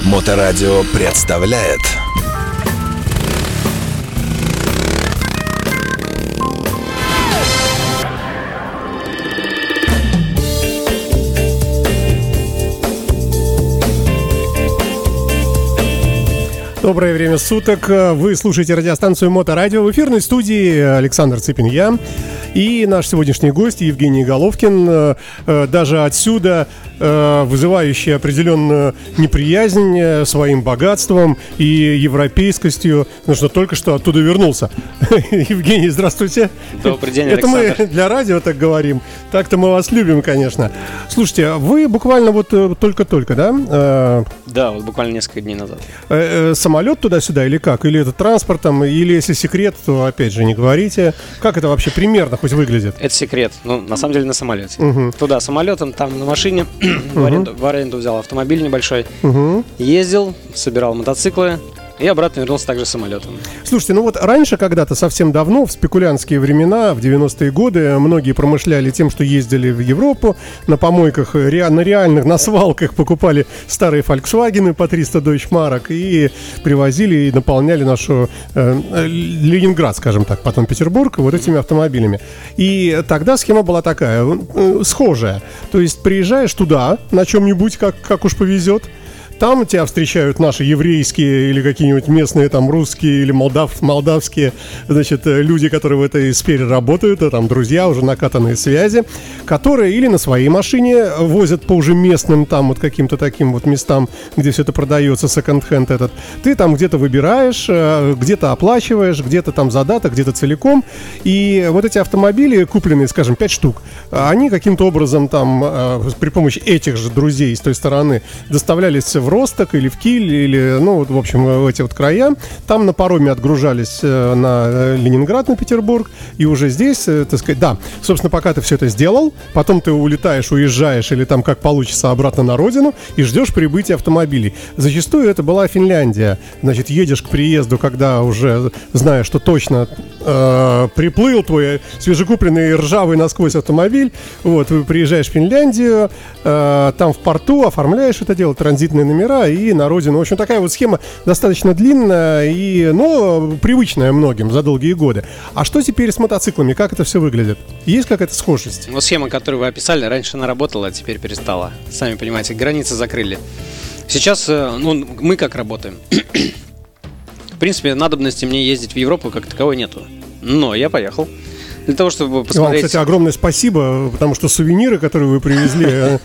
Моторадио представляет Доброе время суток. Вы слушаете радиостанцию Моторадио. В эфирной студии Александр Цыпин, я. И наш сегодняшний гость Евгений Головкин, даже отсюда вызывающий определенную неприязнь своим богатством и европейскостью, потому что только что оттуда вернулся. Евгений, здравствуйте. Добрый день, Это Александр. мы для радио так говорим. Так-то мы вас любим, конечно. Слушайте, вы буквально вот только-только, да? Да, вот буквально несколько дней назад. Самолет туда-сюда или как? Или это транспортом? Или если секрет, то опять же не говорите. Как это вообще примерно хоть выглядит? Это секрет. Ну, на самом деле, на самолете. Угу. Туда самолетом, там на машине. В аренду взял автомобиль небольшой. Угу. Ездил, собирал мотоциклы. И обратно вернулся также самолетом. Слушайте, ну вот раньше когда-то, совсем давно, в спекулянтские времена, в 90-е годы, многие промышляли тем, что ездили в Европу, на помойках, на свалках покупали старые Volkswagen по 300 дойчмарок и привозили и наполняли нашу Ленинград, скажем так, потом Петербург, вот этими автомобилями. И тогда схема была такая, схожая. То есть приезжаешь туда на чем-нибудь, как уж повезет. Там тебя встречают наши еврейские или какие-нибудь местные там русские или молдавские, значит, люди, которые в этой сфере работают, там друзья, уже накатанные связи, которые или на своей машине возят по уже местным там вот каким-то таким вот местам, где все это продается, секонд-хенд этот. Ты там где-то выбираешь, где-то оплачиваешь, где-то там задаток, где-то целиком. И вот эти автомобили, купленные, скажем, 5 штук, они каким-то образом там при помощи этих же друзей с той стороны доставлялись в Росток или в Киль, или, ну, в общем, в эти вот края. Там на пароме отгружались на Ленинград, на Петербург, и уже здесь, так сказать, да, собственно, пока ты все это сделал, потом ты улетаешь, уезжаешь, или там как получится обратно на родину, и ждешь прибытия автомобилей. Зачастую это была Финляндия. Значит, едешь к приезду, когда уже знаешь, что точно приплыл твой свежекупленный ржавый насквозь автомобиль, вот, приезжаешь в Финляндию, там в порту оформляешь это дело, транзитные номера и на родину. В общем, такая вот схема достаточно длинная и, ну, привычная многим за долгие годы. А что теперь с мотоциклами? Как это все выглядит? Есть какая-то схожесть? Вот схема, которую вы описали, раньше она работала, а теперь перестала. Сами понимаете, границы закрыли. Сейчас, ну, мы как работаем? В принципе, надобности мне ездить в Европу как таковой нету. Но я поехал. Для того, чтобы посмотреть... Вам, кстати, огромное спасибо, потому что сувениры, которые вы привезли,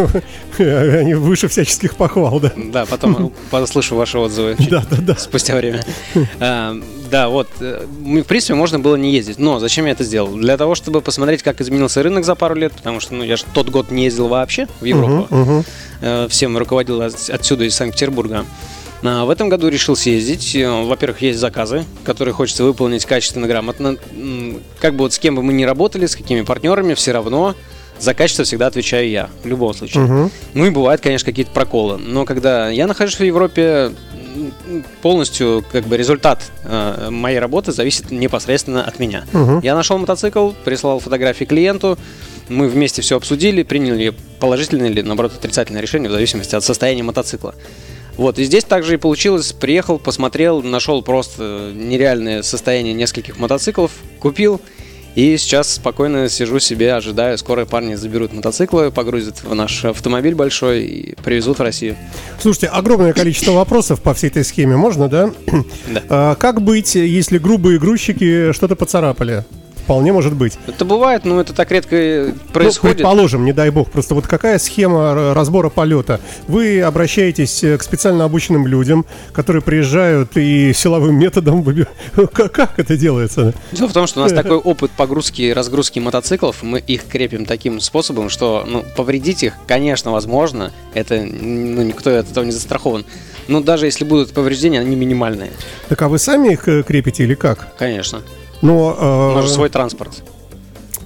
они выше всяческих похвал, да? Да, потом послышу ваши отзывы спустя время. Да, вот, в принципе, можно было не ездить. Но зачем я это сделал? Для того, чтобы посмотреть, как изменился рынок за пару лет, потому что, ну, я же тот год не ездил вообще в Европу. Всем руководил отсюда, из Санкт-Петербурга. В этом году решил съездить. Во-первых, есть заказы, которые хочется выполнить качественно, грамотно. Как бы вот с кем бы мы ни работали, с какими партнерами, все равно за качество всегда отвечаю я, в любом случае. Ну и бывают, конечно, какие-то проколы. Но когда я нахожусь в Европе, полностью как бы результат моей работы зависит непосредственно от меня. Я нашел мотоцикл, прислал фотографии клиенту, мы вместе все обсудили, приняли положительное или, наоборот, отрицательное решение в зависимости от состояния мотоцикла. Вот, и здесь также и получилось, приехал, посмотрел, нашел просто нереальное состояние нескольких мотоциклов, купил, и сейчас спокойно сижу себе, ожидаю, скоро парни заберут мотоциклы, погрузят в наш автомобиль большой и привезут в Россию. Слушайте, огромное количество вопросов по всей этой схеме, можно, да? Да. Как быть, если грубые грузчики что-то поцарапали? Вполне может быть. Это бывает, но это так редко происходит. Ну, предположим, не дай бог, просто вот какая схема разбора полета? Вы обращаетесь к специально обученным людям, которые приезжают и силовым методом... Как это делается? Дело в том, что у нас такой опыт погрузки и разгрузки мотоциклов, мы их крепим таким способом, что, ну, повредить их, конечно, возможно, это, ну, никто от этого не застрахован. Но даже если будут повреждения, они минимальные. Так а вы сами их крепите или как? Конечно. Но, у нас же свой транспорт.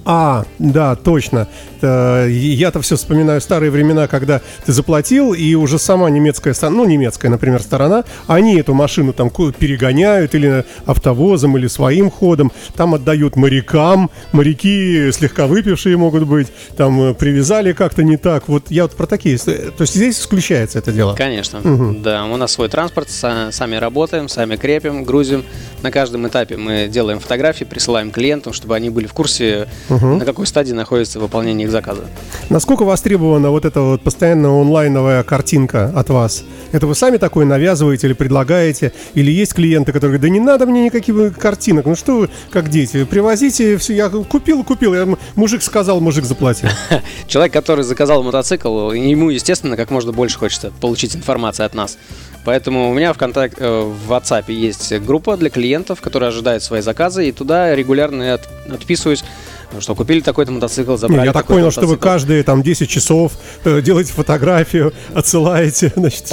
Да, точно. Я-то все вспоминаю старые времена, когда ты заплатил, и уже сама немецкая, например, сторона, они эту машину там перегоняют или автовозом, или своим ходом, там отдают морякам, моряки слегка выпившие могут быть, там привязали как-то не так. Вот я вот про такие. То есть здесь исключается это дело. Конечно. Да, у нас свой транспорт, сами работаем, сами крепим, грузим. На каждом этапе мы делаем фотографии, присылаем клиентам, чтобы они были в курсе, на какой стадии находится выполнение их заказа. Насколько востребована вот эта вот постоянно онлайновая картинка от вас? Это вы сами такое навязываете или предлагаете? Или есть клиенты, которые говорят, да не надо мне никаких картинок, ну что вы, как дети, привозите, все, я купил, мужик сказал, мужик заплатил. Человек, который заказал мотоцикл, ему, естественно, как можно больше хочется получить информации от нас. Поэтому у меня в WhatsApp есть группа для клиентов, которые ожидают свои заказы, и туда регулярно отписываюсь, что купили такой-то мотоцикл, забрали. Я так понял, мотоцикл. Что вы каждые там 10 часов делаете фотографию, отсылаете. Значит,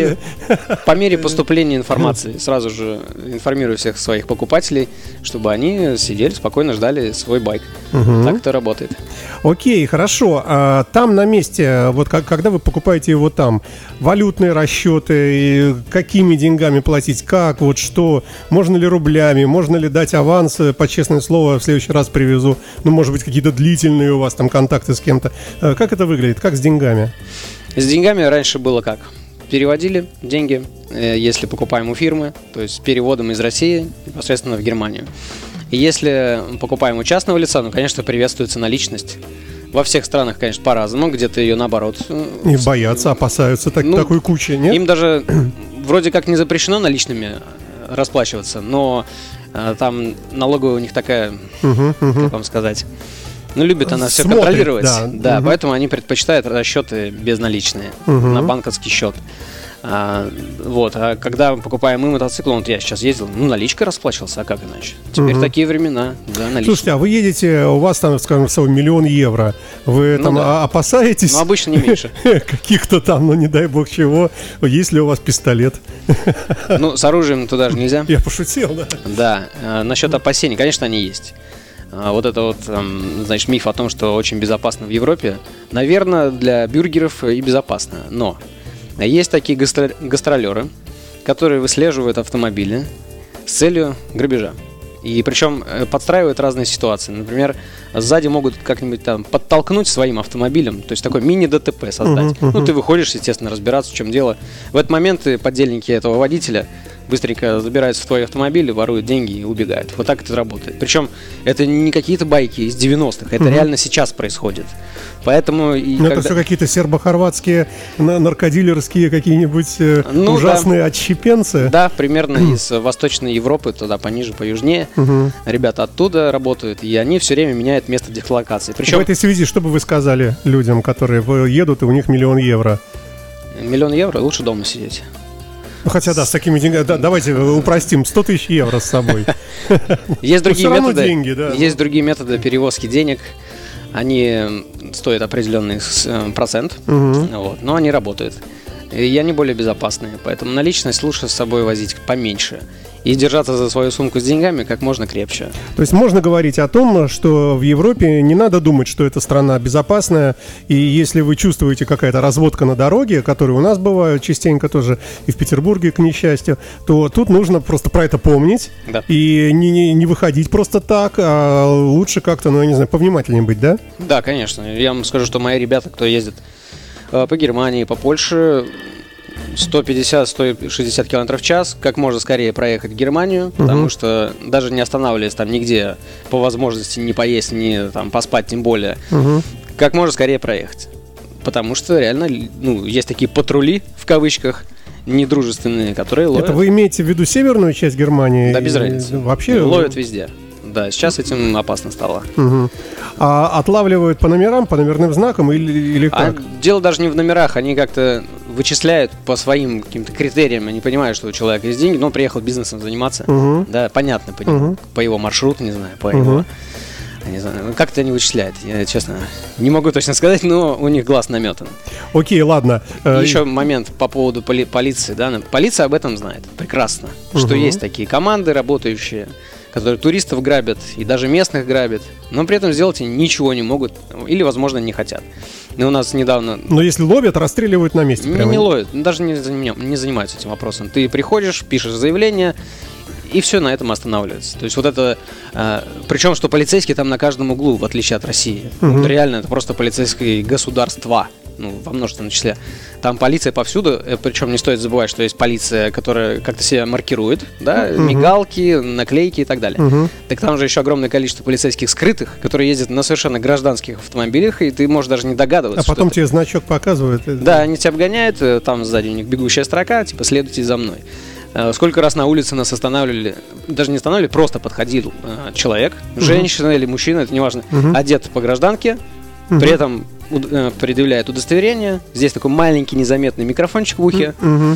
по мере поступления информации сразу же информирую всех своих покупателей, чтобы они сидели, спокойно ждали свой байк. Так это работает. Окей, хорошо. А там на месте, вот когда вы покупаете его там, валютные расчеты, какими деньгами платить, как, вот что, можно ли рублями, можно ли дать аванс, по честное слово, в следующий раз привезу. Может быть, какие-то длительные у вас там контакты с кем-то. Как это выглядит? Как с деньгами? С деньгами раньше было как? Переводили деньги, если покупаем у фирмы, то есть переводом из России непосредственно в Германию. И если покупаем у частного лица, конечно, приветствуется наличность. Во всех странах, конечно, по-разному, где-то ее наоборот. И боятся, опасаются такой кучи, нет? Им даже вроде как не запрещено наличными расплачиваться, но там налоговая у них такая, как вам сказать, любит она все контролировать, да, поэтому они предпочитают расчеты безналичные на банковский счет. А когда покупаем мы мотоцикл, я сейчас ездил, наличкой расплачивался, а как иначе? Теперь такие времена, да, наличные. Слушайте, а вы едете, у вас там, скажем, 1 миллион евро, вы там опасаетесь? Обычно не меньше. Каких-то там, не дай бог чего, есть ли у вас пистолет? С оружием туда же нельзя. Я пошутил, да. Да, насчет опасений, конечно, они есть. Вот это миф о том, что очень безопасно в Европе, наверное, для бюргеров и безопасно, но есть такие гастролеры, которые выслеживают автомобили с целью грабежа. И причем подстраивают разные ситуации. Например, сзади могут как-нибудь там подтолкнуть своим автомобилем, то есть такой мини-ДТП создать. Ты выходишь, естественно, разбираться, в чем дело. В этот момент подельники этого водителя быстренько забираются в твой автомобиль, воруют деньги и убегают. Вот так это работает. Причем это не какие-то байки из 90-х, это реально сейчас происходит. Поэтому это все какие-то сербо-хорватские наркодилерские какие-нибудь ужасные отщепенцы. Да, примерно из Восточной Европы, туда пониже, поюжнее. Ребята оттуда работают, и они все время меняют место дислокации. Причем... В этой связи, что бы вы сказали людям, которые едут, и у них 1 000 000 евро? 1 000 000 евро лучше дома сидеть. Хотя да, с такими деньгами, давайте упростим, 100 000 евро с собой. Есть другие методы. Есть другие методы перевозки денег. Они стоят определенный процент, но они работают. И они более безопасные, поэтому наличность лучше с собой возить поменьше и держаться за свою сумку с деньгами как можно крепче. То есть можно говорить о том, что в Европе не надо думать, что эта страна безопасная, и если вы чувствуете какая-то разводка на дороге, которые у нас бывают частенько тоже и в Петербурге, к несчастью, то тут нужно просто про это помнить, и не выходить просто так, а лучше как-то, повнимательнее быть, да? Да, конечно. Я вам скажу, что мои ребята, кто ездит по Германии, по Польше, 150-160 км в час, как можно скорее проехать в Германию, потому что даже не останавливаясь там нигде, по возможности не поесть, не там поспать, тем более, как можно скорее проехать. Потому что реально, есть такие патрули, в кавычках, недружественные, которые ловят. Это вы имеете в виду северную часть Германии? Да, без разницы. Вообще ловят везде. Да, сейчас этим опасно стало. А отлавливают по номерам, по номерным знакам или как? Дело даже не в номерах, они как-то вычисляют по своим каким-то критериям. Они понимают, что у человека есть деньги, но он приехал бизнесом заниматься. Да, понятно, по его маршруту, не знаю, по его... Не знаю, как это они вычисляют, я, честно, не могу точно сказать, но у них глаз наметан. Окей, ладно. Еще момент по поводу полиции, да, полиция об этом знает прекрасно, что есть такие команды, работающие которые туристов грабят и даже местных грабят, но при этом сделать они ничего не могут или, возможно, не хотят. И у нас недавно... Но если ловят, расстреливают на месте. Не ловят, даже не занимаются этим вопросом. Ты приходишь, пишешь заявление, и все на этом останавливается. То есть вот это... причем, что полицейские там на каждом углу, в отличие от России. Вот реально, это просто полицейские государства. Ну, во множественном числе. Там полиция повсюду, причем не стоит забывать, что есть полиция, которая как-то себя маркирует, да, мигалки, наклейки и так далее. Так там же еще огромное количество полицейских скрытых, которые ездят на совершенно гражданских автомобилях, и ты можешь даже не догадываться. А потом тебе значок показывают. Да, они тебя обгоняют, там сзади у них бегущая строка, типа следуйте за мной. Сколько раз на улице нас останавливали, даже не останавливали, просто подходил человек, женщина или мужчина, это неважно, одет по гражданке, при этом предъявляет удостоверение. Здесь такой маленький незаметный микрофончик в ухе.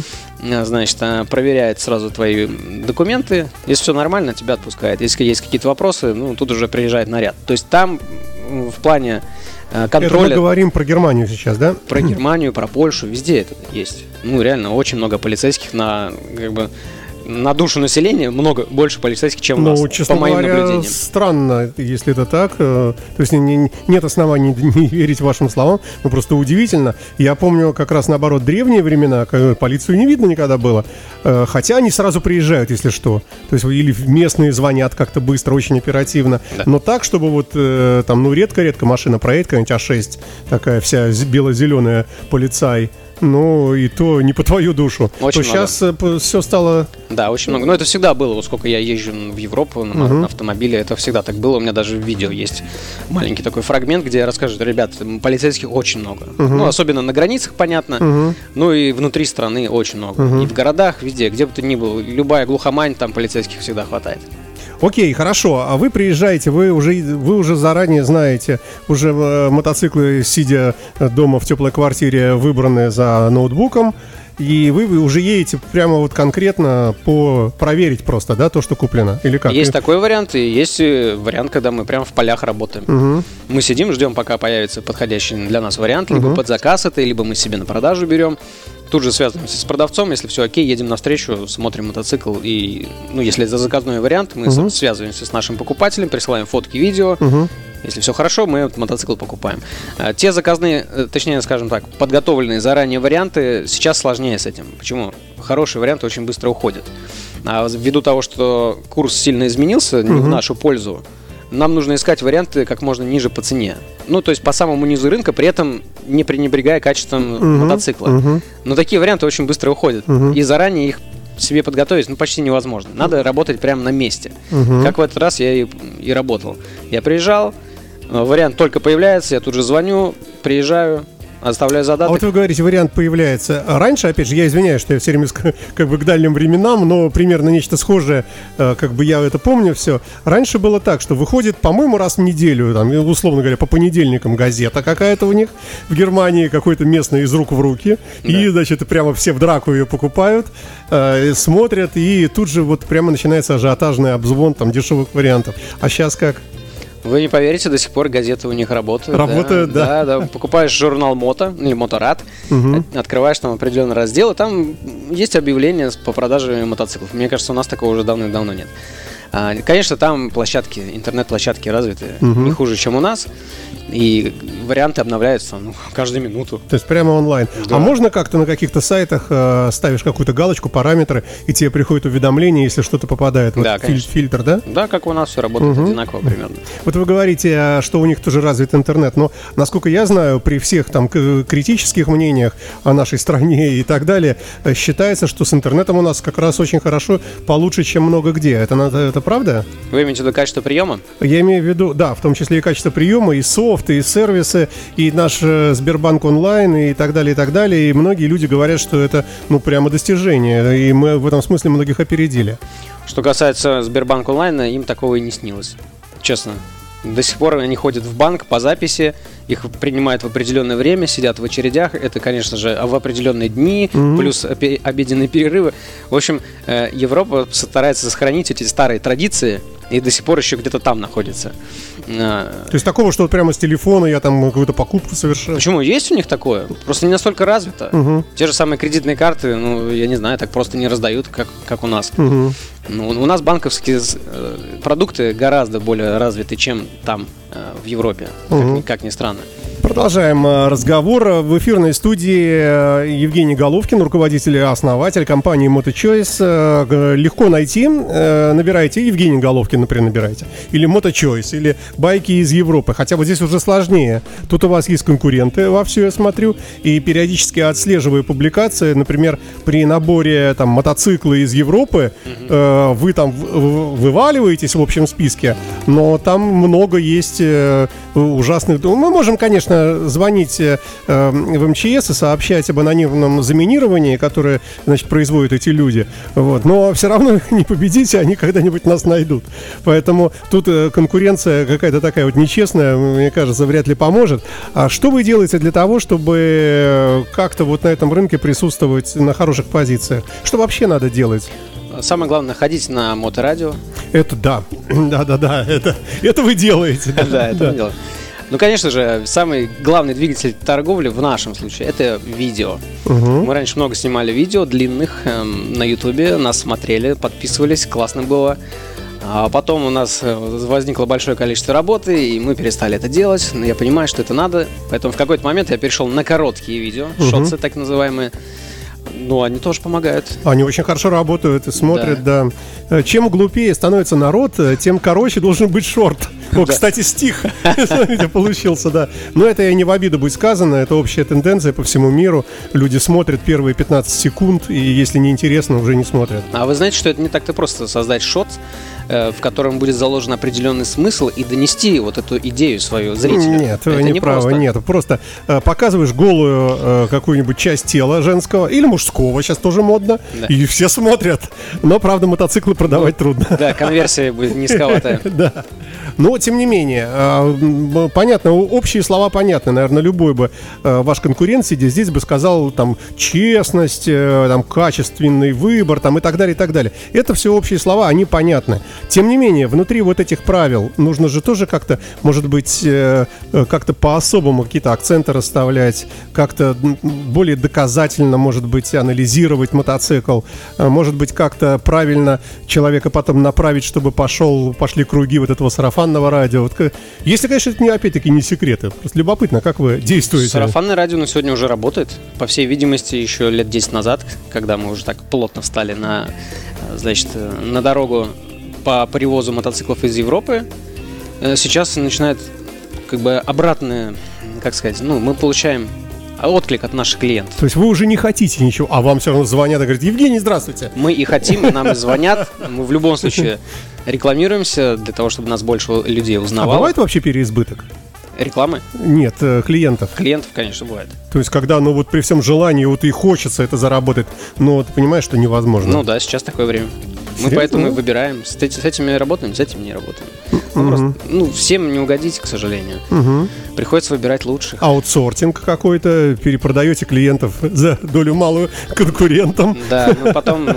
Значит, проверяет сразу твои документы. Если все нормально, тебя отпускает. Если есть какие-то вопросы, ну, тут уже приезжает наряд. То есть там в плане контроля... Это мы говорим про Германию сейчас, да? Про Германию, про Польшу, везде это есть. Ну, реально, очень много полицейских на, как бы, на душу населения, больше полицейских, чем у нас, честно по моим говоря, наблюдениям. Странно, если это так. То есть нет оснований не верить вашим словам, но просто удивительно. Я помню как раз наоборот древние времена, когда полицию не видно никогда было, хотя они сразу приезжают, если что. То есть или местные звонят как-то быстро, очень оперативно. Да. Но так, чтобы вот там, ну, редко-редко машина проедет, какая-нибудь А6, такая вся бело-зеленая, полицай. Ну, и то не по твою душу. Очень то много. Сейчас все стало... Да, очень много. Но это всегда было. Вот сколько я езжу в Европу на автомобиле, это всегда так было. У меня даже в видео есть маленький такой фрагмент, где я расскажу, ребят, полицейских очень много. Ну, особенно на границах, понятно. Ну, и внутри страны очень много. И в городах, везде, где бы ты ни был. Любая глухомань, там полицейских всегда хватает. Окей, хорошо, а вы приезжаете, вы уже заранее знаете, уже мотоциклы, сидя дома в теплой квартире, выбраны за ноутбуком, и вы уже едете прямо вот конкретно проверить просто, да, то, что куплено, или как? Есть такой вариант, и есть вариант, когда мы прямо в полях работаем. Мы сидим, ждем, пока появится подходящий для нас вариант, либо под заказ это, либо мы себе на продажу берем. Тут же связываемся с продавцом, если все окей, едем навстречу, смотрим мотоцикл. И, ну, если это заказной вариант, мы связываемся с нашим покупателем, присылаем фотки, видео. Если все хорошо, мы этот мотоцикл покупаем. Те заказные, точнее, скажем так, подготовленные заранее варианты, сейчас сложнее с этим. Почему? Хорошие варианты очень быстро уходят. А ввиду того, что курс сильно изменился не в нашу пользу, нам нужно искать варианты как можно ниже по цене. Ну, то есть по самому низу рынка, при этом не пренебрегая качеством мотоцикла. Но такие варианты очень быстро уходят. И заранее их себе подготовить, ну, почти невозможно. Надо работать прямо на месте. Как в этот раз я и работал. Я приезжал, вариант только появляется, я тут же звоню, приезжаю, оставляю задаток. А вот вы говорите, вариант появляется. Раньше, опять же, я извиняюсь, что я все время как бы к дальним временам, но примерно нечто схожее, как бы я это помню все. Раньше было так, что выходит, по-моему, раз в неделю, там, условно говоря, по понедельникам газета какая-то у них в Германии, какой-то местный из рук в руки. Да. И, значит, прямо все в драку ее покупают, смотрят, и тут же вот прямо начинается ажиотажный обзвон там дешевых вариантов. А сейчас как? Вы не поверите, до сих пор газеты у них работают. Работают, да. Да. Покупаешь журнал Мото или Моторад, открываешь там определенный раздел, и там есть объявление по продаже мотоциклов. Мне кажется, у нас такого уже давно нет. Конечно, там площадки, интернет-площадки развиты не хуже, чем у нас. И варианты обновляются каждую минуту. То есть прямо онлайн. Да. А можно как-то на каких-то сайтах ставишь какую-то галочку, параметры, и тебе приходит уведомление, если что-то попадает да, в фильтр, да? Да, как у нас все работает одинаково примерно. Вот вы говорите, что у них тоже развит интернет, но, насколько я знаю, при всех там критических мнениях о нашей стране и так далее, считается, что с интернетом у нас как раз очень хорошо, получше, чем много где. Это правда? Вы имеете в виду качество приема? Я имею в виду, да, в том числе и качество приема, и софт, и сервисы, и наш Сбербанк онлайн, и так далее, и так далее. И многие люди говорят, что это, прямо достижение, и мы в этом смысле многих опередили. Что касается Сбербанк онлайна, им такого и не снилось, честно. До сих пор они ходят в банк по записи, их принимают в определенное время, сидят в очередях. Это, конечно же, в определенные дни, плюс обеденные перерывы. В общем, Европа старается сохранить эти старые традиции и до сих пор еще где-то там находится. То есть такого, что вот прямо с телефона я там какую-то покупку совершил? Почему? Есть у них такое. Просто не настолько развито. Те же самые кредитные карты, я не знаю, так просто не раздают, как у нас. У нас банковские продукты гораздо более развиты, чем там, в Европе, как ни странно. Продолжаем разговор. В эфирной студии Евгений Головкин, руководитель и основатель компании MotoChoice. Легко найти. Набирайте Евгений Головкин, например, набирайте. Или MotoChoice, или байки из Европы. Хотя вот здесь уже сложнее. Тут у вас есть конкуренты вовсю, я смотрю. И периодически отслеживаю публикации. Например, при наборе там мотоциклы из Европы вы там вываливаетесь в общем списке. Но там много есть ужасных... Мы можем, конечно, звонить в МЧС и сообщать об анонимном заминировании, которое, значит, производят эти люди. Вот. Но все равно не победите, они когда-нибудь нас найдут. Поэтому тут конкуренция какая-то такая вот нечестная, мне кажется, вряд ли поможет. А что вы делаете для того, чтобы как-то вот на этом рынке присутствовать на хороших позициях? Что вообще надо делать? Самое главное, ходить на моторадио. Это да. Да. Это вы делаете. Да, это мы делаем. Ну, конечно же, самый главный двигатель торговли в нашем случае – это видео. Мы раньше много снимали видео длинных на Ютубе, нас смотрели, подписывались, классно было. А потом у нас возникло большое количество работы, и мы перестали это делать. Но я понимаю, что это надо, поэтому в какой-то момент я перешел на короткие видео, шотсы так называемые. Ну, они тоже помогают. Они очень хорошо работают и смотрят, да. Чем глупее становится народ, тем короче должен быть шорт. О, кстати, стих, смотрите, получился, да. Но это и не в обиду будет сказано, это общая тенденция по всему миру. Люди смотрят первые 15 секунд, и если не интересно, уже не смотрят. А вы знаете, что это не так-то просто создать шот, в котором будет заложен определенный смысл, и донести вот эту идею свою зрителю? Нет, вы не правы, нет. Просто показываешь голую какую-нибудь часть тела женского или мужского, сейчас тоже модно, да. И все смотрят. Но, правда, мотоциклы продавать трудно. Да, конверсия будет низковатая. Да. Но, тем не менее, понятно, общие слова понятны. Наверное, любой бы ваш конкурент, сидя здесь, бы сказал там честность, там, качественный выбор там, и так далее, и так далее. Это все общие слова, они понятны. Тем не менее, внутри вот этих правил нужно же тоже как-то, может быть, как-то по-особому какие-то акценты расставлять, как-то более доказательно, может быть, анализировать мотоцикл, может быть, как-то правильно человека потом направить, чтобы пошли круги вот этого сарафанного радио. Вот, если, конечно, это опять-таки не секреты, просто любопытно, как вы действуете. Сарафанное радио на сегодня уже работает. По всей видимости, еще лет 10 назад, когда мы уже так плотно встали на дорогу по привозу мотоциклов из Европы, сейчас начинает как бы обратное, как сказать, мы получаем отклик от наших клиентов. То есть вы уже не хотите ничего, а вам все равно звонят и говорят: Евгений, здравствуйте. Мы и хотим, и нам и звонят. Мы в любом случае рекламируемся для того, чтобы нас больше людей узнавало. А бывает вообще переизбыток? Рекламы? Нет, клиентов. Клиентов, конечно, бывает. То есть, когда, вот при всем желании, вот и хочется это заработать, но ты понимаешь, что невозможно. Ну да, сейчас такое время. Мы поэтому и выбираем. С этими работаем, с этими не работаем. Просто, всем не угодить, к сожалению. Приходится выбирать лучших. Аутсортинг какой-то, перепродаете клиентов за долю малую конкурентам. Да, потом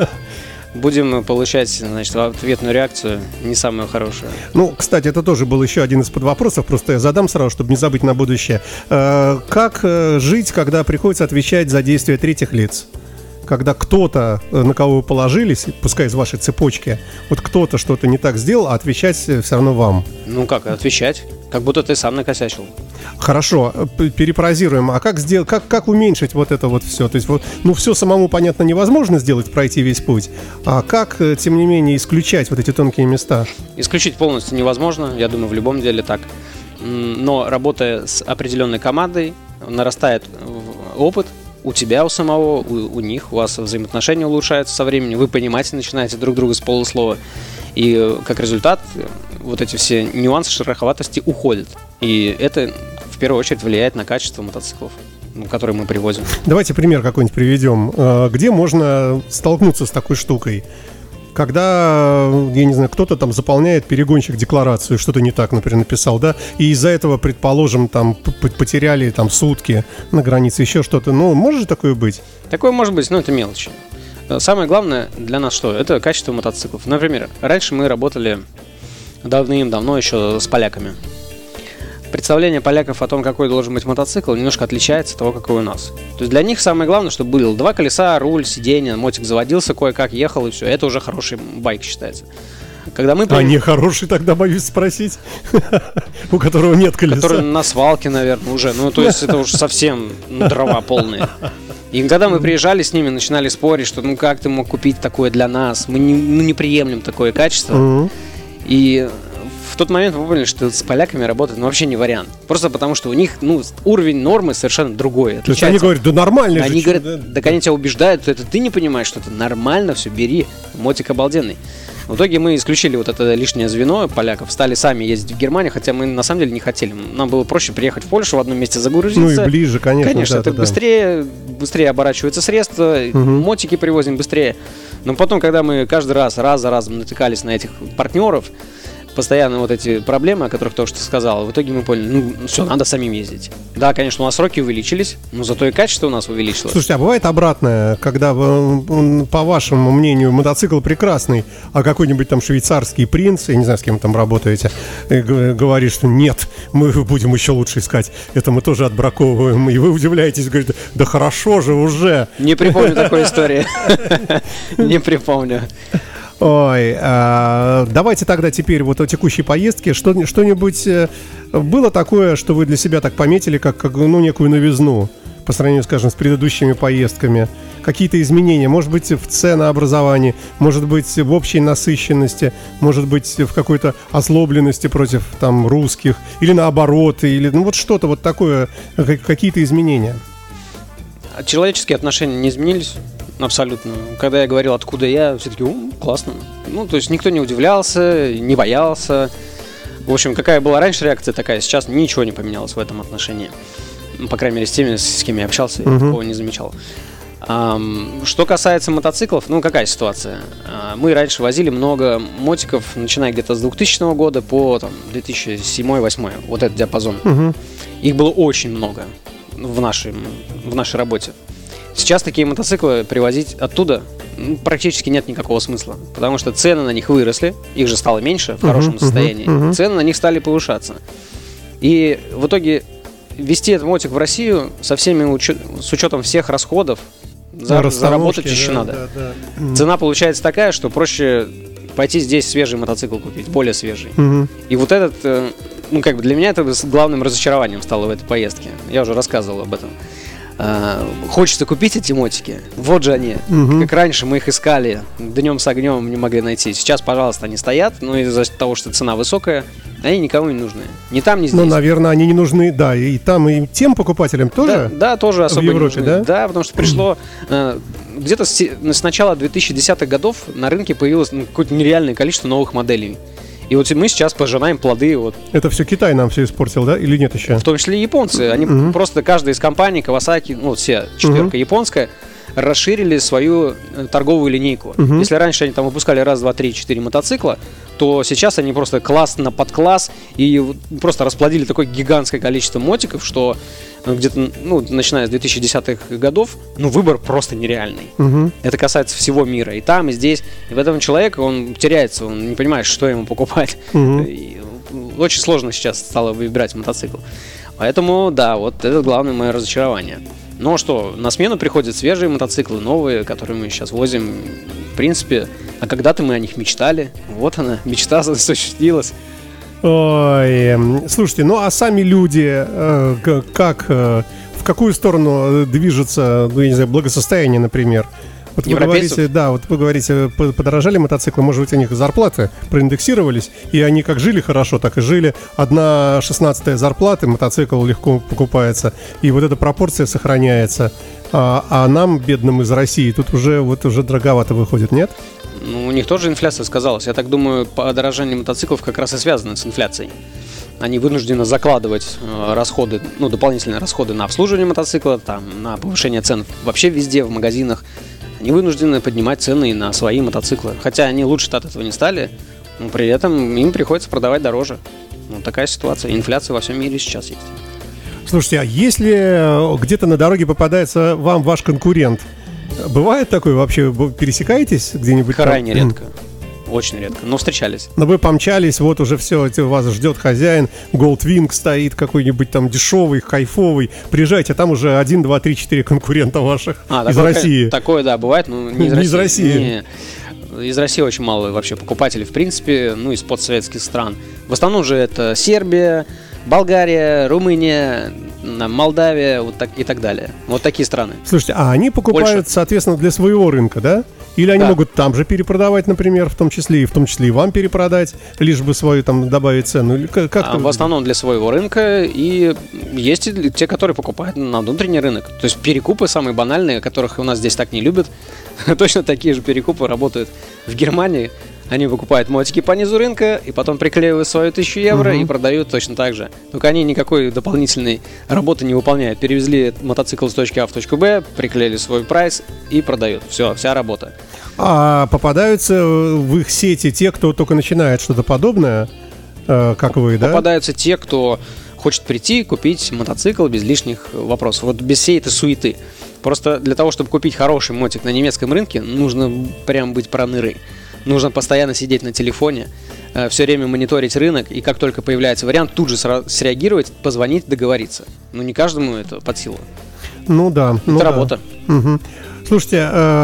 будем получать, ответную реакцию не самую хорошую. Кстати, это тоже был еще один из подвопросов, просто я задам сразу, чтобы не забыть на будущее. Как жить, когда приходится отвечать за действия третьих лиц? Когда кто-то, на кого вы положились, пускай из вашей цепочки, вот кто-то что-то не так сделал, а отвечать все равно вам. Как отвечать? Как будто ты сам накосячил. Хорошо, перефразируем. А как уменьшить вот это вот все? То есть все самому, понятно, невозможно сделать, пройти весь путь. А как, тем не менее, исключать вот эти тонкие места? Исключить полностью невозможно, я думаю, в любом деле так. Но работая с определенной командой, нарастает опыт. У тебя, у самого, у них, у вас взаимоотношения улучшаются со временем, вы понимаете, начинаете друг друга с полуслова. И как результат, вот эти все нюансы, шероховатости уходят. И это в первую очередь влияет на качество мотоциклов, которые мы привозим. Давайте пример какой-нибудь приведем. Где можно столкнуться с такой штукой? Когда, я не знаю, кто-то там заполняет перегонщик декларацию, что-то не так, например, написал, да, и из-за этого, предположим, там потеряли там сутки на границе, еще что-то. Может же такое быть? Такое может быть, но это мелочи. Самое главное для нас что? Это качество мотоциклов. Например, раньше мы работали давным-давно еще с поляками. Представление поляков о том, какой должен быть мотоцикл, немножко отличается от того, какой у нас. То есть для них самое главное, чтобы было 2 колеса, руль, сиденье, мотик заводился, кое-как ехал, и все. Это уже хороший байк считается. Когда мы А не хороший тогда, боюсь спросить, у которого нет колеса. Который на свалке, наверное, уже. Ну, то есть это уже совсем дрова полные. И когда мы приезжали с ними, начинали спорить, что ну как ты мог купить такое для нас? Мы не приемлем такое качество. И в тот момент мы поняли, что с поляками работать вообще не вариант. Просто потому, что у них уровень нормы совершенно другой. То есть они говорят, да нормально они же. Говорят, так они тебя убеждают, что это ты не понимаешь, что это нормально, все, бери, мотик обалденный. В итоге мы исключили вот это лишнее звено поляков, стали сами ездить в Германию, хотя мы на самом деле не хотели. Нам было проще приехать в Польшу, в одном месте загрузиться. Ну и ближе, конечно. Конечно, это быстрее оборачиваются средства, мотики привозим быстрее. Но потом, когда мы каждый раз за разом натыкались на этих партнеров, постоянно вот эти проблемы, о которых только что сказал, в итоге мы поняли, все, надо самим ездить. Да, конечно, у нас сроки увеличились, но зато и качество у нас увеличилось. Слушайте, а бывает обратное, когда, по вашему мнению, мотоцикл прекрасный, а какой-нибудь там швейцарский принц, я не знаю, с кем там работаете, говорит, что нет, мы будем еще лучше искать, это мы тоже отбраковываем, и вы удивляетесь, говорите, да хорошо же уже. Не припомню такой истории. Не припомню. Ой, давайте тогда теперь вот о текущей поездке. Что-нибудь было такое, что вы для себя так пометили, как некую новизну по сравнению, скажем, с предыдущими поездками? Какие-то изменения, может быть, в ценообразовании, может быть, в общей насыщенности, может быть, в какой-то озлобленности против там русских, или наоборот, или вот что-то вот такое, какие-то изменения? Человеческие отношения не изменились. Абсолютно. Когда я говорил, откуда я, все таки, классно. То есть никто не удивлялся, не боялся. В общем, какая была раньше реакция, такая сейчас ничего не поменялось в этом отношении. По крайней мере, с теми, с кем я общался, я такого не замечал. Что касается мотоциклов, какая ситуация? Мы раньше возили много мотиков, начиная где-то с 2000 года по 2007-2008, вот этот диапазон. Их было очень много в нашей работе. Сейчас такие мотоциклы привозить оттуда практически нет никакого смысла, потому что цены на них выросли, их же стало меньше в хорошем состоянии, цены на них стали повышаться. И в итоге везти этот мотик в Россию со всеми, с учетом всех расходов, заработать еще надо. Да. Цена получается такая, что проще пойти здесь свежий мотоцикл купить, более свежий. И вот этот, для меня это главным разочарованием стало в этой поездке. Я уже рассказывал об этом. Хочется купить эти мотики. Вот же они. Как раньше мы их искали днем с огнем, не могли найти. Сейчас, пожалуйста, они стоят, но из-за того, что цена высокая, они никому не нужны. Ни там, ни здесь. Наверное, они не нужны, да, и там, и тем покупателям тоже. Да, тоже особо в Европе, не нужны. Да, потому что пришло где-то с начала 2010-х годов на рынке появилось какое-то нереальное количество новых моделей. И вот мы сейчас пожинаем плоды. Это все Китай нам все испортил, да? Или нет еще? В том числе и японцы. Они просто, каждая из компаний, Kawasaki, все, четверка японская, расширили свою торговую линейку. Если раньше они там выпускали раз, два, три, 4 мотоцикла, то сейчас они просто класс на подкласс и просто расплодили такое гигантское количество мотиков, что где-то, начиная с 2010-х годов, выбор просто нереальный. Это касается всего мира. И там, и здесь. И в этом человек, он теряется, он не понимает, что ему покупать. И очень сложно сейчас стало выбирать мотоцикл. Поэтому, да, вот это главное мое разочарование. Но что, на смену приходят свежие мотоциклы, новые, которые мы сейчас возим. В принципе, а когда-то мы о них мечтали. Вот она, мечта осуществилась. Ой, слушайте, а сами люди, в какую сторону движется, я не знаю, благосостояние, например? Вот вы говорите, подорожали мотоциклы, может быть, у них зарплаты проиндексировались, и они как жили хорошо, так и жили. 1/16 зарплаты, мотоцикл легко покупается, и вот эта пропорция сохраняется. А нам, бедным из России, тут уже дороговато выходит, нет? У них тоже инфляция сказалась. Я так думаю, подорожание мотоциклов как раз и связано с инфляцией. Они вынуждены закладывать расходы, дополнительные расходы на обслуживание мотоцикла, на повышение цен вообще везде, в магазинах. Они вынуждены поднимать цены на свои мотоциклы. Хотя они лучше от этого не стали, но при этом им приходится продавать дороже. Такая ситуация. Инфляция во всем мире сейчас есть. Слушайте, а если где-то на дороге попадается вам ваш конкурент, бывает такое вообще? Пересекаетесь где-нибудь? Крайне редко. Очень редко, но встречались. Но вы помчались, вот уже все, вас ждет хозяин, Goldwing стоит какой-нибудь там дешевый, кайфовый. Приезжайте, а там уже 1, 2, 3, 4 конкурента ваших из России. Такое, да, бывает, но не из России. Из России очень мало вообще покупателей, в принципе, ну, из постсоветских стран. В основном же это Сербия, Болгария, Румыния, Молдавия вот так, и так далее. Вот такие страны. Слушайте, а они покупают, Польша, соответственно, для своего рынка, да? Или они могут там же перепродавать, например, в том числе и вам перепродать, лишь бы свою там добавить цену? Или как в основном для своего рынка, и есть и те, которые покупают на внутренний рынок. То есть перекупы самые банальные, которых у нас здесь так не любят. Точно такие же перекупы работают в Германии. Они покупают мотики по низу рынка и потом приклеивают свою 1000 евро и продают точно так же. Только они никакой дополнительной работы не выполняют. Перевезли мотоцикл с точки А в точку Б, приклеили свой прайс и продают. Все, вся работа. А попадаются в их сети те, кто только начинает что-то подобное, как вы, да? Попадаются те, кто хочет прийти и купить мотоцикл без лишних вопросов. Вот без всей этой суеты. Просто для того, чтобы купить хороший мотик на немецком рынке, нужно прям быть пронырой. Нужно постоянно сидеть на телефоне, все время мониторить рынок, и как только появляется вариант, тут же среагировать, позвонить, договориться. Ну, не каждому это под силу. Ну да. Это работа. Угу. Слушайте,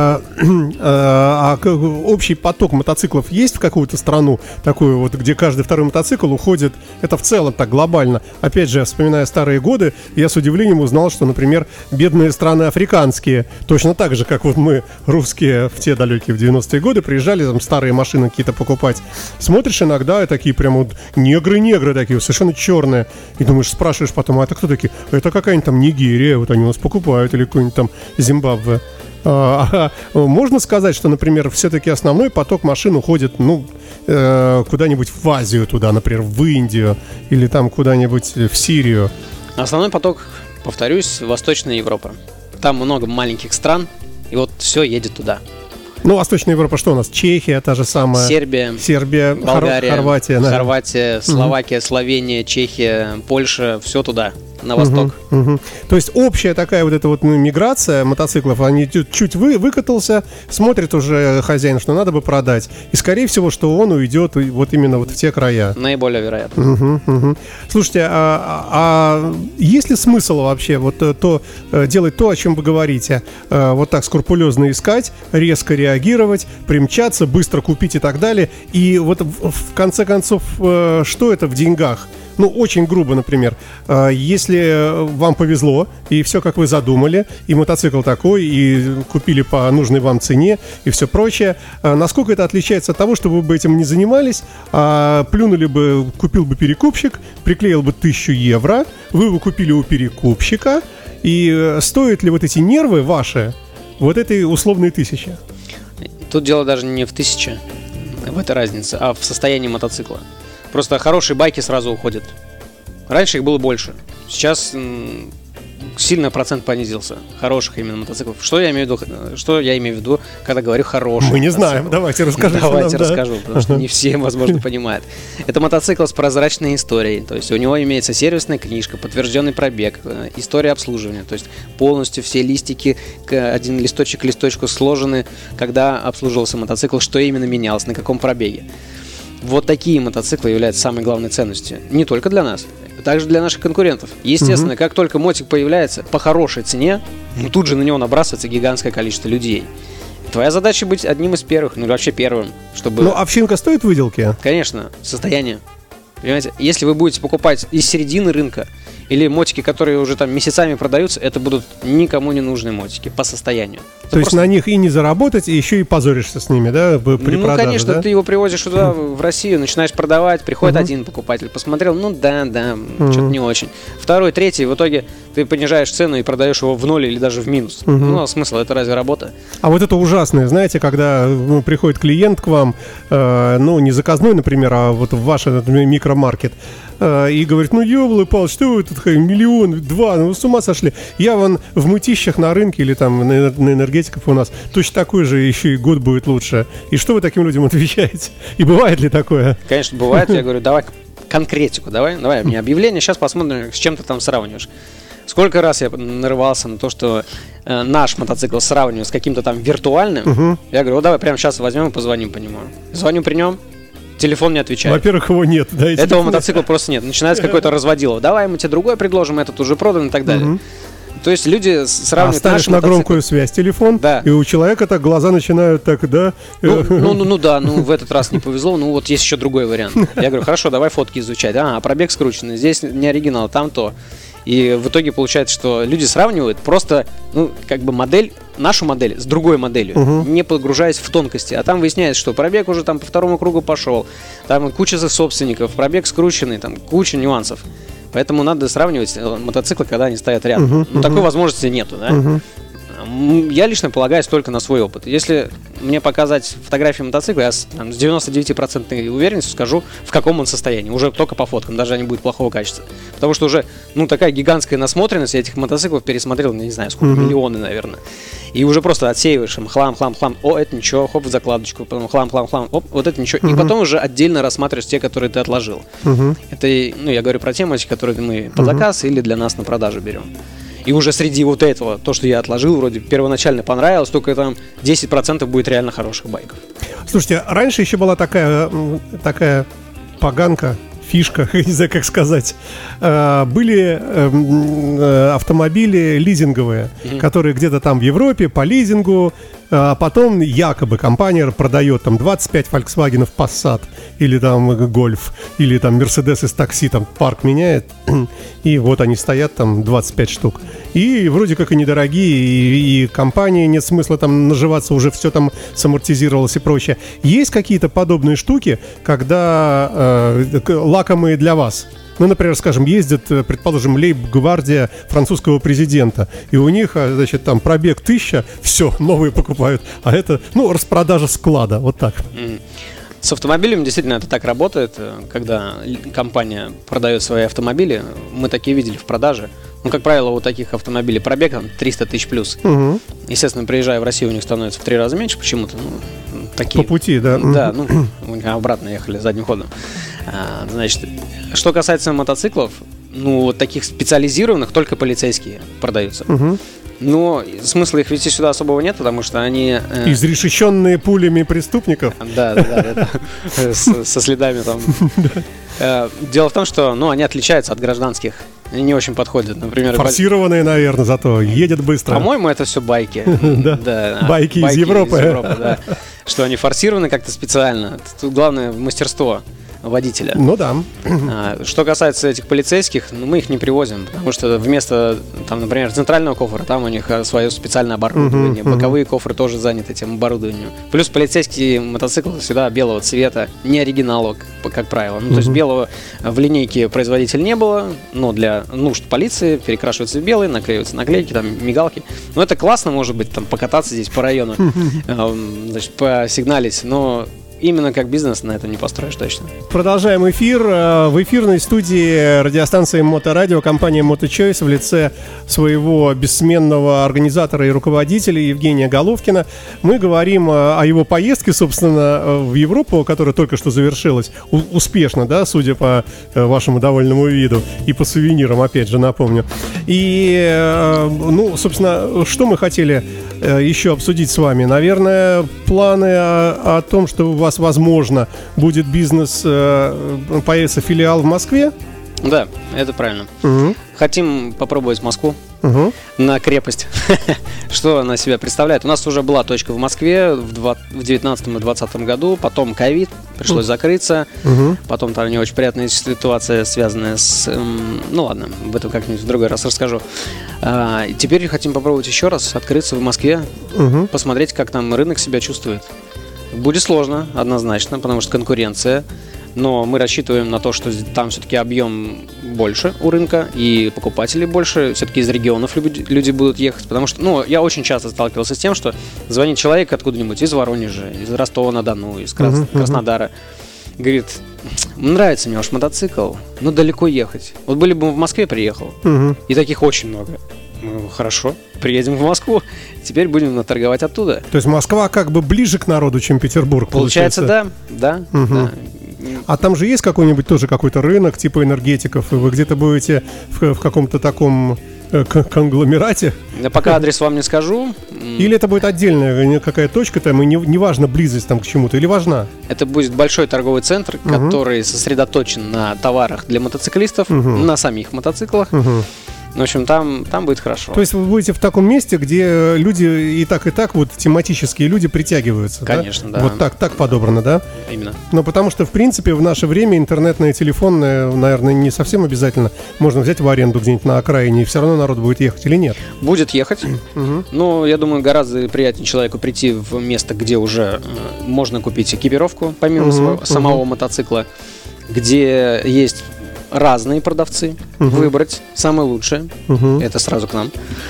общий поток мотоциклов есть в какую-то страну, такую вот, где каждый второй мотоцикл уходит, это в целом так глобально? Опять же, вспоминая старые годы, я с удивлением узнал, что, например, бедные страны африканские, точно так же, как вот мы, русские, в те далекие, в 90-е годы, приезжали, там, старые машины какие-то покупать. Смотришь иногда, и такие прям вот негры такие, совершенно черные, и думаешь, спрашиваешь потом, а это кто такие? Это какая-нибудь там Нигерия, вот они у нас покупают, или какой-нибудь там Зимбабве. Можно сказать, что, например, все-таки основной поток машин уходит, куда-нибудь в Азию туда, например, в Индию или там куда-нибудь в Сирию? Основной поток, повторюсь, Восточная Европа. Там много маленьких стран, и вот все едет туда. Ну, Восточная Европа что у нас? Чехия та же самая. Сербия, Болгария, Хорватия, да. Хорватия, Словакия, Словения, Чехия, Польша, все туда, на восток. То есть общая такая вот эта вот миграция мотоциклов, они чуть выкатался, смотрит уже хозяин, что надо бы продать. И скорее всего, что он уйдет вот именно вот в те края. Наиболее вероятно. Слушайте, а есть ли смысл вообще вот делать то, о чем вы говорите? Вот так скрупулезно искать, резко реагировать, примчаться, быстро купить и так далее. И вот в конце концов, что это в деньгах? Ну, очень грубо, например, если вам повезло, и все, как вы задумали, и мотоцикл такой, и купили по нужной вам цене, и все прочее, насколько это отличается от того, что вы бы этим не занимались, плюнули бы, купил бы перекупщик, приклеил бы 1000 евро, вы бы купили у перекупщика, и стоят ли вот эти нервы ваши, вот этой условной 1000? Тут дело даже не в 1000, в этой разнице, а в состоянии мотоцикла. Просто хорошие байки сразу уходят. Раньше их было больше. Сейчас сильно процент понизился хороших именно мотоциклов. Что я имею в виду, когда говорю хороший? Мы не знаем. Давайте расскажите. Давайте расскажу, потому что не все, возможно, понимают. Это мотоцикл с прозрачной историей. То есть у него имеется сервисная книжка, подтвержденный пробег, история обслуживания. То есть полностью все листики, один листочек к листочку сложены, когда обслуживался мотоцикл, что именно менялось, на каком пробеге. Вот такие мотоциклы являются самой главной ценностью. Не только для нас, также для наших конкурентов. Естественно, как только мотик появляется по хорошей цене, тут же на него набрасывается гигантское количество людей. Твоя задача быть одним из первых, вообще первым, чтобы... Ну, овчинка стоит выделки? Конечно, состояние. Понимаете, если вы будете покупать из середины рынка или мотики, которые уже там месяцами продаются, это будут никому не нужные мотики по состоянию. То есть на них и не заработать, и еще и позоришься с ними, да, при продаже, конечно, да? Ты его привозишь сюда, в Россию, начинаешь продавать, приходит один покупатель, посмотрел, что-то не очень. Второй, третий, в итоге ты понижаешь цену и продаешь его в ноль или даже в минус. Ну, а смысл, это разве работа? А вот это ужасное, знаете, когда приходит клиент к вам, не заказной, например, а вот в ваш микромаркет, и говорит, ёбаный-палыч, что вы тут, 1-2 миллиона, вы с ума сошли. Я вон в мытищах на рынке или там на энергетиках у нас точно такой же, еще и год будет лучше. И что вы таким людям отвечаете? И бывает ли такое? Конечно, бывает. Я говорю, давай конкретику, давай мне объявление, сейчас посмотрим, с чем ты там сравниваешь. Сколько раз я нарывался на то, что наш мотоцикл сравниваю с каким-то там виртуальным. Я говорю, давай прямо сейчас возьмем и позвоним по нему. Звоню при нем. Телефон не отвечает. Во-первых, его нет. Да, этого мотоцикла просто нет. Начинается какой-то разводилово. Давай мы тебе другой предложим, этот уже продан и так далее. То есть люди сравнивают ставишь на громкую связь телефон, да. И у человека так глаза начинают так, да? Да, в этот раз не повезло, вот есть еще другой вариант. Я говорю, хорошо, давай фотки изучать. Пробег скрученный, здесь не оригинал, там то. И в итоге получается, что люди сравнивают просто, модель, нашу модель с другой моделью, не погружаясь в тонкости. А там выясняется, что пробег уже там по второму кругу пошел, там куча собственников, пробег скрученный, там куча нюансов. Поэтому надо сравнивать мотоциклы, когда они стоят рядом. Такой возможности нету, да? Я лично полагаюсь только на свой опыт. Если мне показать фотографии мотоцикла, я с 99% уверенностью скажу, в каком он состоянии. Уже только по фоткам, даже они будут плохого качества. Потому что уже, такая гигантская насмотренность, я этих мотоциклов пересмотрел, не знаю, сколько, миллионы, наверное. И уже просто отсеиваешь им хлам, это ничего, хоп, в закладочку, потом хлам, оп, вот это ничего. И потом уже отдельно рассматриваешь те, которые ты отложил. Это, я говорю про те мотики, которые мы под заказ или для нас на продажу берем. И уже среди вот этого, то, что я отложил, вроде первоначально понравилось, только там 10% будет реально хороших байков. Слушайте, раньше еще была такая поганка, фишка, не знаю, как сказать. Были автомобили лизинговые, которые где-то там в Европе по лизингу, а потом якобы компания продает там 25 Volkswagen Passat или там Golf, или там Mercedes из такси, там парк меняет, и вот они стоят там 25 штук. И вроде как и недорогие, и компании нет смысла там наживаться, уже все там самортизировалось и прочее. Есть какие-то подобные штуки, когда лакомые для вас? Например, скажем, ездит, предположим, лейб-гвардия французского президента, и у них, значит, там пробег 1000, все, новые покупают, а это, распродажа склада, вот так. С автомобилями действительно это так работает, когда компания продает свои автомобили, мы такие видели в продаже. Как правило, у таких автомобилей пробег 300 тысяч плюс. Естественно, приезжая в Россию, у них становится в 3 раза меньше почему-то. Такие. По пути, да. Да, обратно ехали задним ходом. Значит, что касается мотоциклов, вот таких специализированных только полицейские продаются. Но смысла их везти сюда особого нет, потому что они... Изрешеченные пулями преступников. Да, со следами там. Дело в том, что они отличаются от гражданских. Они не очень подходят, например... Форсированные, наверное, зато едет быстро. По-моему, это все байки. Байки из Европы. Что они форсированы как-то специально. Тут главное мастерство водителя. Да. Что касается этих полицейских, мы их не привозим, потому что вместо, там, например, центрального кофра, там у них свое специальное оборудование, боковые кофры тоже заняты этим оборудованием. Плюс полицейские мотоциклы всегда белого цвета, не оригинала, как правило. То есть белого в линейке производитель не было, но для нужд полиции перекрашиваются в белый, наклеиваются наклейки, там, мигалки. Это классно, может быть, там, покататься здесь по району, значит, посигналить, но... Именно как бизнес на это не построишь точно. Продолжаем эфир. В эфирной студии радиостанции Моторадио компания MotoChoice в лице своего бессменного организатора и руководителя Евгения Головкина. Мы говорим о его поездке, собственно, в Европу, которая только что завершилась успешно, да, судя по вашему довольному виду и по сувенирам, опять же, напомню. И, собственно, что мы хотели еще обсудить с вами? Наверное, планы о том, что у вас, возможно, будет бизнес, появится филиал в Москве? Да, это правильно. Хотим попробовать Москву на крепость. Что она себя представляет? У нас уже была точка в Москве в 2019 и 2020 году, потом ковид, пришлось закрыться, потом там не очень приятная ситуация, связанная с... ладно, об этом как-нибудь в другой раз расскажу. Теперь хотим попробовать еще раз открыться в Москве, посмотреть, как там рынок себя чувствует. Будет сложно, однозначно, потому что конкуренция. Но мы рассчитываем на то, что там все-таки объем больше у рынка и покупателей больше. Все-таки из регионов люди будут ехать. Потому что, я очень часто сталкивался с тем, что звонит человек откуда-нибудь из Воронежа, из Ростова-на-Дону, из Краснодара. Говорит, нравится мне ваш мотоцикл, но далеко ехать. Вот были бы в Москве, приехал. И таких очень много. Хорошо, приедем в Москву, теперь будем торговать оттуда. То есть Москва как бы ближе к народу, чем Петербург, получается? Да. А там же есть какой-то рынок типа энергетиков, и вы где-то будете в каком-то таком конгломерате? Я пока адрес вам не скажу. Или это будет отдельная какая точка, там, и не важна близость там к чему-то, или важна? Это будет большой торговый центр, который сосредоточен на товарах для мотоциклистов, на самих мотоциклах. В общем, там будет хорошо. То есть вы будете в таком месте, где люди и так, вот тематические люди притягиваются, конечно, да? Вот так подобрано, да? Именно. Но потому что, в принципе, в наше время интернетное, телефонное, наверное, не совсем обязательно. Можно взять в аренду где-нибудь на окраине, и все равно народ будет ехать или нет? Будет ехать. Но я думаю, гораздо приятнее человеку прийти в место, где уже можно купить экипировку, помимо самого мотоцикла, где есть разные продавцы, выбрать самое лучшее. Это сразу к нам.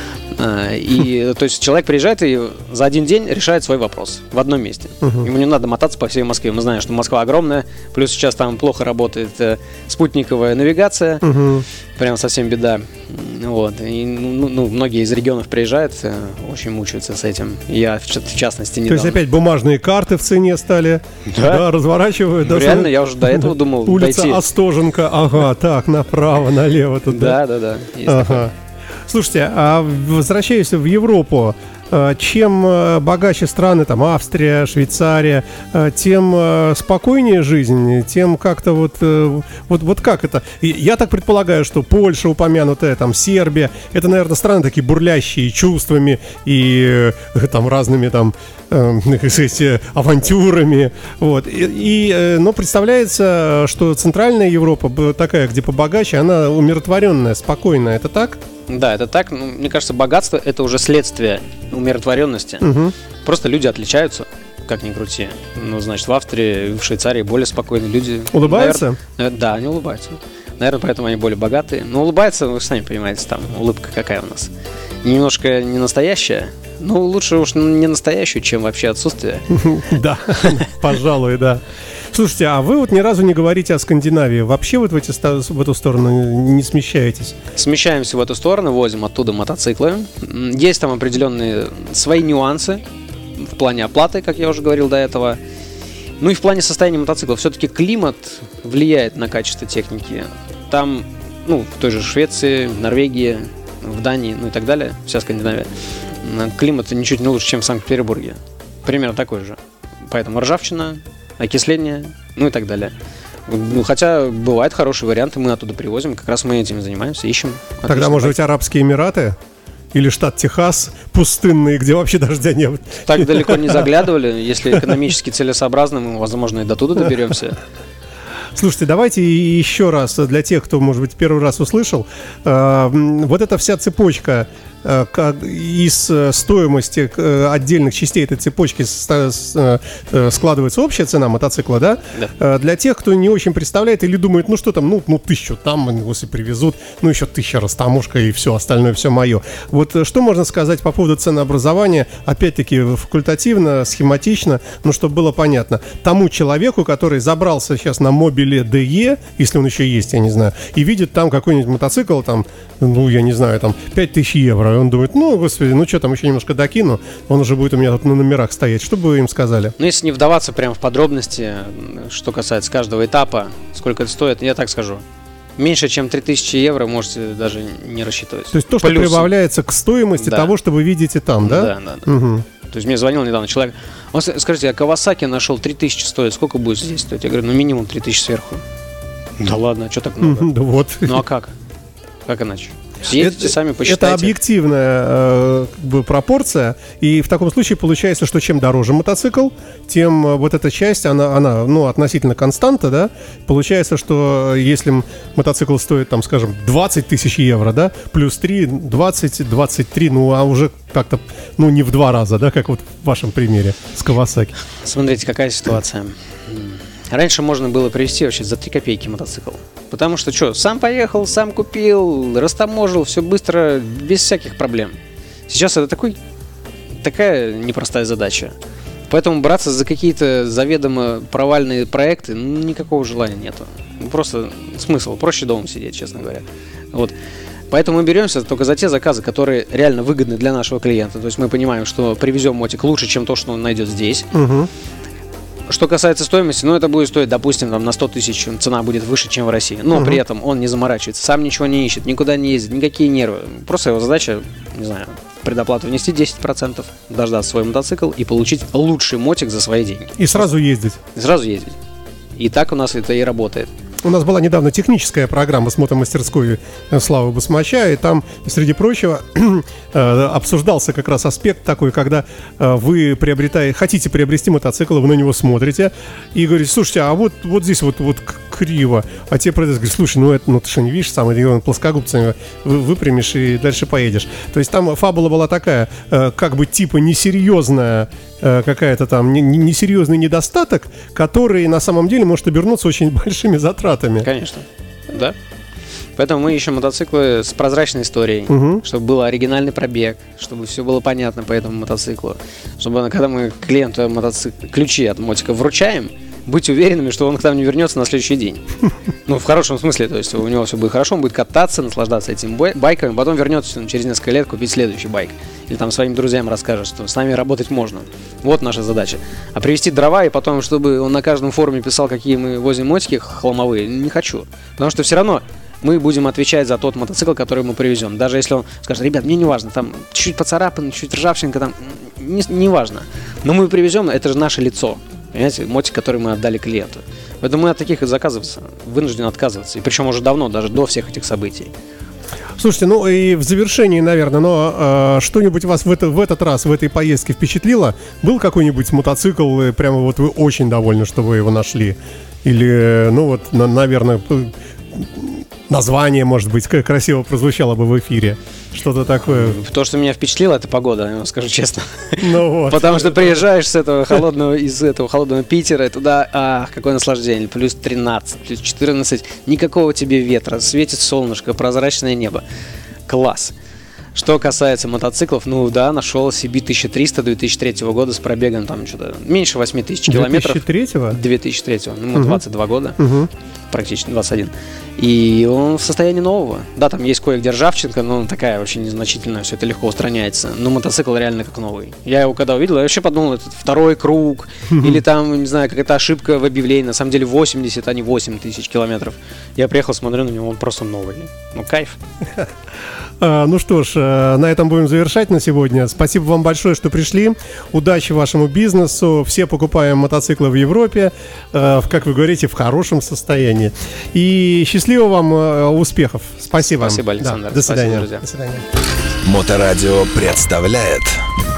И то есть человек приезжает и за один день решает свой вопрос в одном месте. Ему не надо мотаться по всей Москве. Мы знаем, что Москва огромная, плюс сейчас там плохо работает спутниковая навигация, прям совсем беда. Вот. И многие из регионов приезжают, очень мучаются с этим. Я в частности недавно. То есть опять бумажные карты в цене стали, да, разворачивают. Ну, реально, я уже до этого думал улица дойти. Остоженко, так, направо, налево туда. Да. Есть такое. Слушайте, а возвращаясь в Европу, чем богаче страны, там Австрия, Швейцария, тем спокойнее жизнь, тем как-то вот как это? Я так предполагаю, что Польша упомянутая, там Сербия, это, наверное, страны такие бурлящие чувствами и там разными там авантюрами, вот. Но представляется, что Центральная Европа такая, где побогаче, она умиротворенная, спокойная. Это так? Да, это так. Мне кажется, богатство — это уже следствие умиротворенности. Просто люди отличаются, как ни крути. Значит, в Австрии, в Швейцарии более спокойные люди. Улыбаются? Да, они улыбаются. Наверное, поэтому они более богатые. Но улыбаются, вы сами понимаете, там улыбка какая у нас. Немножко не настоящая. Ну, лучше уж не настоящую, чем вообще отсутствие. Да, пожалуй, да. Слушайте, а вы вот ни разу не говорите о Скандинавии. Вообще вот в эту сторону не смещаетесь? Смещаемся в эту сторону, возим оттуда мотоциклы. Есть там определенные свои нюансы в плане оплаты, как я уже говорил до этого. Ну и в плане состояния мотоцикла. Все-таки климат влияет на качество техники. Там, в той же Швеции, в Норвегии, в Дании, и так далее, вся Скандинавия, климат ничуть не лучше, чем в Санкт-Петербурге. Примерно такой же. Поэтому ржавчина, окисление, и так далее. Хотя бывают хорошие варианты, мы оттуда привозим, как раз мы этим занимаемся, ищем. Тогда, может быть, Арабские Эмираты? Или штат Техас, пустынный, где вообще дождя нет? Так далеко не заглядывали. Если экономически целесообразно, мы, возможно, и до туда доберемся. Слушайте, давайте еще раз для тех, кто, может быть, первый раз услышал, вот эта вся цепочка из стоимости отдельных частей этой цепочки складывается общая цена мотоцикла, да? Да. Для тех, кто не очень представляет или думает, что там, 1000 там, если привезут, еще 1000 растаможка и все, остальное все мое. Вот что можно сказать по поводу ценообразования, опять-таки факультативно, схематично, чтобы было понятно. Тому человеку, который забрался сейчас на Mobile DE, если он еще есть, я не знаю, и видит там какой-нибудь мотоцикл, там, я не знаю, там 5000 евро, и он думает, господи, что там, еще немножко докину, он уже будет у меня тут на номерах стоять. Что бы вы им сказали? Если не вдаваться прямо в подробности, что касается каждого этапа, сколько это стоит, я так скажу. Меньше, чем 3000 евро можете даже не рассчитывать. То есть то, что прибавляется к стоимости того, что вы видите там, да? Да. Угу. То есть мне звонил недавно человек, он, скажите, я Кавасаки нашел, 3000 стоит, сколько будет здесь стоить? Я говорю, минимум 3000 сверху. Да ладно, а что так много? Да вот. А как? Как иначе? Съездите, сами посчитайте. Это объективная пропорция, и в таком случае получается, что чем дороже мотоцикл, тем вот эта часть, она относительно константа, да, получается, что если мотоцикл стоит, там, скажем, 20 тысяч евро, да, плюс 3, 20, 23, а уже как-то, не в 2 раза, да, как вот в вашем примере с Кавасаки. Смотрите, какая ситуация. Раньше можно было привезти вообще за 3 копейки мотоцикл. Потому что, сам поехал, сам купил, растаможил, все быстро, без всяких проблем. Сейчас это такая непростая задача. Поэтому браться за какие-то заведомо провальные проекты, никакого желания нету. Просто смысл, проще дома сидеть, честно говоря. Вот. Поэтому мы беремся только за те заказы, которые реально выгодны для нашего клиента. То есть мы понимаем, что привезем мотик лучше, чем то, что он найдет здесь. Угу. Что касается стоимости, это будет стоить, допустим, на 100 тысяч цена будет выше, чем в России. Но при этом он не заморачивается, сам ничего не ищет, никуда не ездит, никакие нервы. Просто его задача, предоплату внести 10%, дождаться свой мотоцикл и получить лучший мотик за свои деньги. И сразу ездить. И так у нас это и работает. у нас была недавно техническая программа с мотомастерской Славы Басмача, и там, среди прочего, обсуждался как раз аспект такой, когда вы хотите приобрести мотоцикл, вы на него смотрите и говорите: слушайте, а вот здесь вот криво. А тебе продавец говорит: слушай, ты что, не видишь, он плоскогубцами выпрямишь и дальше поедешь. То есть там фабула была такая, как бы типа несерьезная, какая-то там несерьезный недостаток, который на самом деле может обернуться очень большими затратами. Конечно, да. Поэтому мы ищем мотоциклы с прозрачной историей, чтобы был оригинальный пробег, чтобы все было понятно по этому мотоциклу, чтобы когда мы клиенту ключи от мотика вручаем, быть уверенными, что он к нам не вернется на следующий день. Ну, в хорошем смысле, то есть у него все будет хорошо, он будет кататься, наслаждаться этим байками, потом вернется через несколько лет купить следующий байк. Или там своим друзьям расскажет, что с нами работать можно. Вот наша задача. А привезти дрова и потом, чтобы он на каждом форуме писал, какие мы возим мотики хламовые, не хочу. Потому что все равно мы будем отвечать за тот мотоцикл, который мы привезем. Даже если он скажет: ребят, мне не важно, там чуть-чуть поцарапано, чуть ржавчинка, там не важно. Но мы привезем, это же наше лицо. Понимаете, мотик, который мы отдали клиенту. Поэтому мы от таких заказов вынуждены отказываться. И причем уже давно, даже до всех этих событий. Слушайте, и в завершении, наверное, что-нибудь вас в этот раз, в этой поездке впечатлило? Был какой-нибудь мотоцикл, прямо вот вы очень довольны, что вы его нашли? Или, наверное, название, может быть, красиво прозвучало бы в эфире. Что-то такое. То, что меня впечатлило, это погода, я вам скажу честно. Потому что приезжаешь из этого холодного Питера, туда, какое наслаждение. Плюс 13, плюс 14, никакого тебе ветра, светит солнышко, прозрачное небо. Класс. Что касается мотоциклов, нашел CB 1300 2003 года с пробегом там что-то меньше 8000 километров. 2003-го? 2003-го, ему 22 года, практически 21. И он в состоянии нового. Да, там есть кое-где ржавчинка, но такая вообще незначительная, все это легко устраняется. Но мотоцикл реально как новый. Я его когда увидел, я вообще подумал, это второй круг, или там, не знаю, какая-то ошибка в объявлении. На самом деле 80, а не 8000 километров. Я приехал, смотрю на него, он просто новый. Кайф. Ну что ж, на этом будем завершать на сегодня. Спасибо вам большое, что пришли. Удачи вашему бизнесу. Все покупаем мотоциклы в Европе, как вы говорите, в хорошем состоянии. И счастливо вам, успехов. Спасибо. Спасибо, Александр. До свидания. Спасибо, друзья. До свидания. Моторадио представляет